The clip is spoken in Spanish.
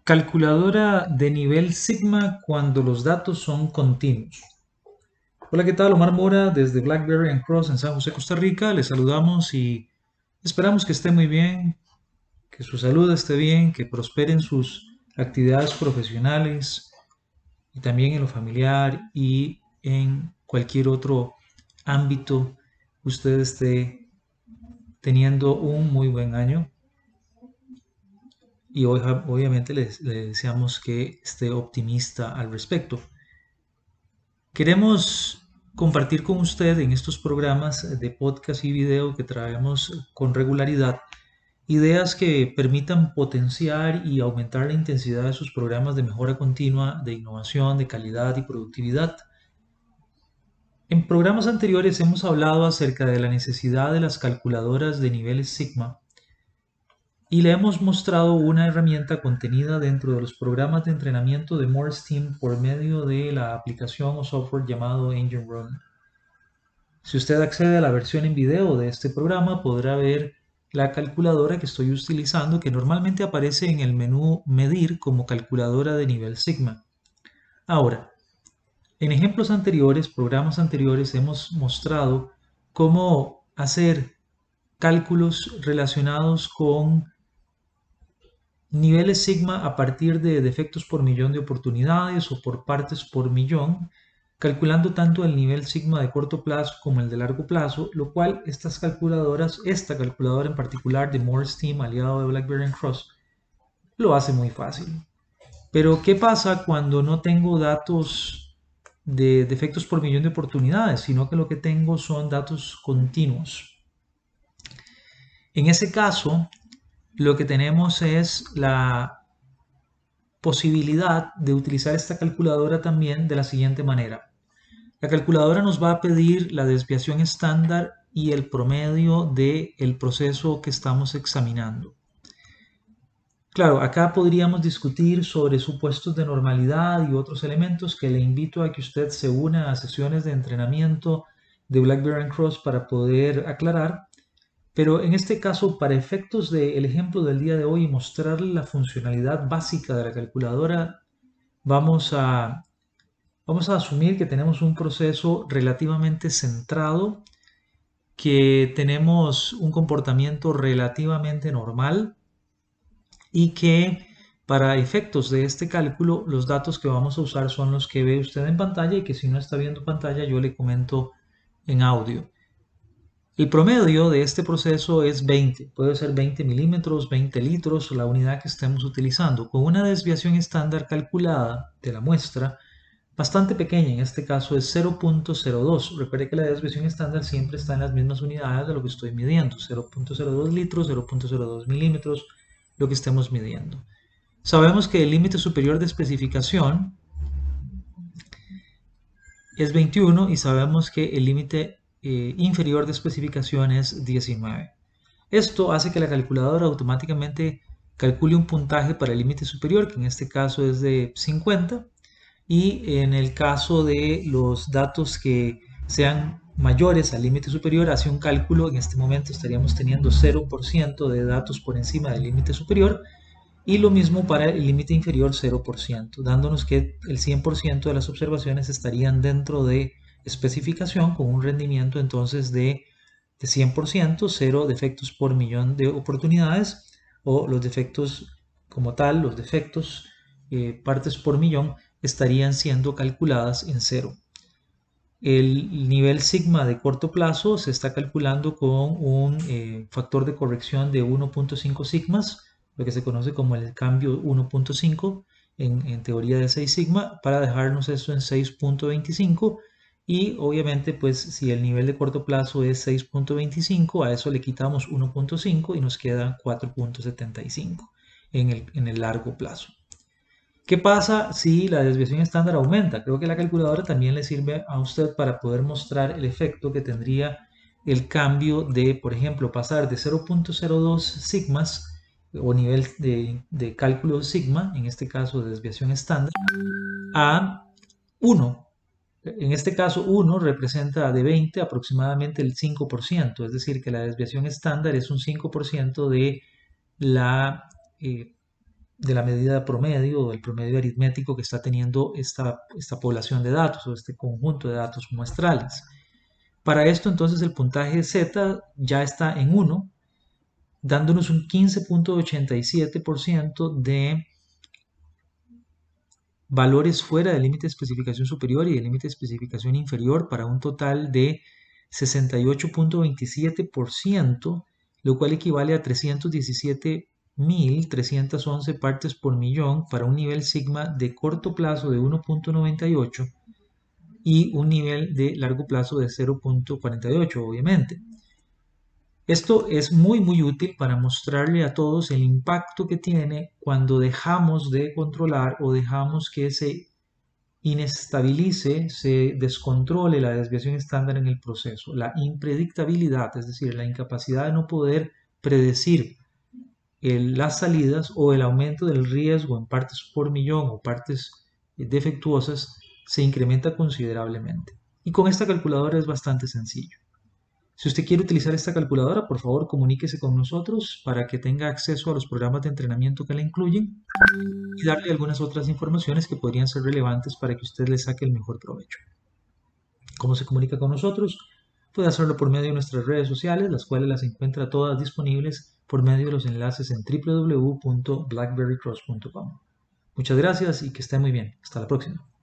Calculadora de nivel sigma cuando los datos son continuos. Hola, ¿qué tal? Omar Mora desde BlackBerry and Cross en San José, Costa Rica. Les saludamos y esperamos que esté muy bien, que su salud esté bien, que prosperen sus actividades profesionales y también en lo familiar y en cualquier otro ámbito usted esté teniendo un muy buen año y obviamente le deseamos que esté optimista al respecto. Queremos compartir con usted en estos programas de podcast y video que traemos con regularidad ideas que permitan potenciar y aumentar la intensidad de sus programas de mejora continua, de innovación, de calidad y productividad. En programas anteriores hemos hablado acerca de la necesidad de las calculadoras de niveles Sigma y le hemos mostrado una herramienta contenida dentro de los programas de entrenamiento de Morse Team por medio de la aplicación o software llamado Engine Run. Si usted accede a la versión en video de este programa, podrá ver la calculadora que estoy utilizando, que normalmente aparece en el menú Medir como calculadora de nivel Sigma. Ahora, en ejemplos anteriores, programas anteriores, hemos mostrado cómo hacer cálculos relacionados con niveles sigma a partir de defectos por millón de oportunidades o por partes por millón, calculando tanto el nivel sigma de corto plazo como el de largo plazo, lo cual estas calculadoras, esta calculadora en particular de Morse Team aliado de BlackBerry Cross, lo hace muy fácil. Pero ¿qué pasa cuando no tengo datos de defectos por millón de oportunidades, sino que lo que tengo son datos continuos? En ese caso, lo que tenemos es la posibilidad de utilizar esta calculadora también de la siguiente manera. La calculadora nos va a pedir la desviación estándar y el promedio del proceso que estamos examinando. Claro, acá podríamos discutir sobre supuestos de normalidad y otros elementos que le invito a que usted se una a sesiones de entrenamiento de BlackBerry Cross para poder aclarar. Pero en este caso, para efectos del ejemplo del día de hoy y mostrarle la funcionalidad básica de la calculadora, vamos a, vamos a asumir que tenemos un proceso relativamente centrado, que tenemos un comportamiento relativamente normal y que para efectos de este cálculo los datos que vamos a usar son los que ve usted en pantalla y que si no está viendo pantalla yo le comento en audio. El promedio de este proceso es 20, puede ser 20 milímetros, 20 litros, la unidad que estemos utilizando, con una desviación estándar calculada de la muestra bastante pequeña, en este caso es 0.02. Recuerde que la desviación estándar siempre está en las mismas unidades de lo que estoy midiendo, 0.02 litros, 0.02 milímetros, lo que estemos midiendo. Sabemos que el límite superior de especificación es 21 y sabemos que el límite inferior de especificación es 19. Esto hace que la calculadora automáticamente calcule un puntaje para el límite superior, que en este caso es de 50, y en el caso de los datos que sean mayores al límite superior, hace un cálculo. En este momento estaríamos teniendo 0% de datos por encima del límite superior y lo mismo para el límite inferior 0%, dándonos que el 100% de las observaciones estarían dentro de especificación con un rendimiento entonces de 100%, cero defectos por millón de oportunidades, o los defectos como tal, los defectos partes por millón estarían siendo calculadas en cero. El nivel sigma de corto plazo se está calculando con un factor de corrección de 1.5 sigmas, lo que se conoce como el cambio 1.5 en teoría de 6 sigma, para dejarnos eso en 6.25. Y obviamente, pues si el nivel de corto plazo es 6.25, a eso le quitamos 1.5 y nos queda 4.75 en el largo plazo. ¿Qué pasa si la desviación estándar aumenta? Creo que la calculadora también le sirve a usted para poder mostrar el efecto que tendría el cambio de, por ejemplo, pasar de 0.02 sigmas o nivel de cálculo sigma, en este caso de desviación estándar, a 1. En este caso, 1 representa de 20 aproximadamente el 5%, es decir, que la desviación estándar es un 5% de la de la medida promedio o del promedio aritmético que está teniendo esta población de datos o este conjunto de datos muestrales. Para esto entonces el puntaje Z ya está en 1, dándonos un 15.87% de valores fuera del límite de especificación superior y del límite de especificación inferior para un total de 68.27%, lo cual equivale a 317.311 partes por millón para un nivel sigma de corto plazo de 1.98 y un nivel de largo plazo de 0.48, obviamente. Esto es muy útil para mostrarle a todos el impacto que tiene cuando dejamos de controlar o dejamos que se inestabilice, se descontrole la desviación estándar en el proceso. La impredictabilidad, es decir, la incapacidad de no poder predecir las salidas o el aumento del riesgo en partes por millón o partes defectuosas se incrementa considerablemente. Y con esta calculadora es bastante sencillo. Si usted quiere utilizar esta calculadora, por favor comuníquese con nosotros para que tenga acceso a los programas de entrenamiento que la incluyen y darle algunas otras informaciones que podrían ser relevantes para que usted le saque el mejor provecho. ¿Cómo se comunica con nosotros? Puede hacerlo por medio de nuestras redes sociales, las cuales las encuentra todas disponibles por medio de los enlaces en www.blackberrycross.com. Muchas gracias y que esté muy bien. Hasta la próxima.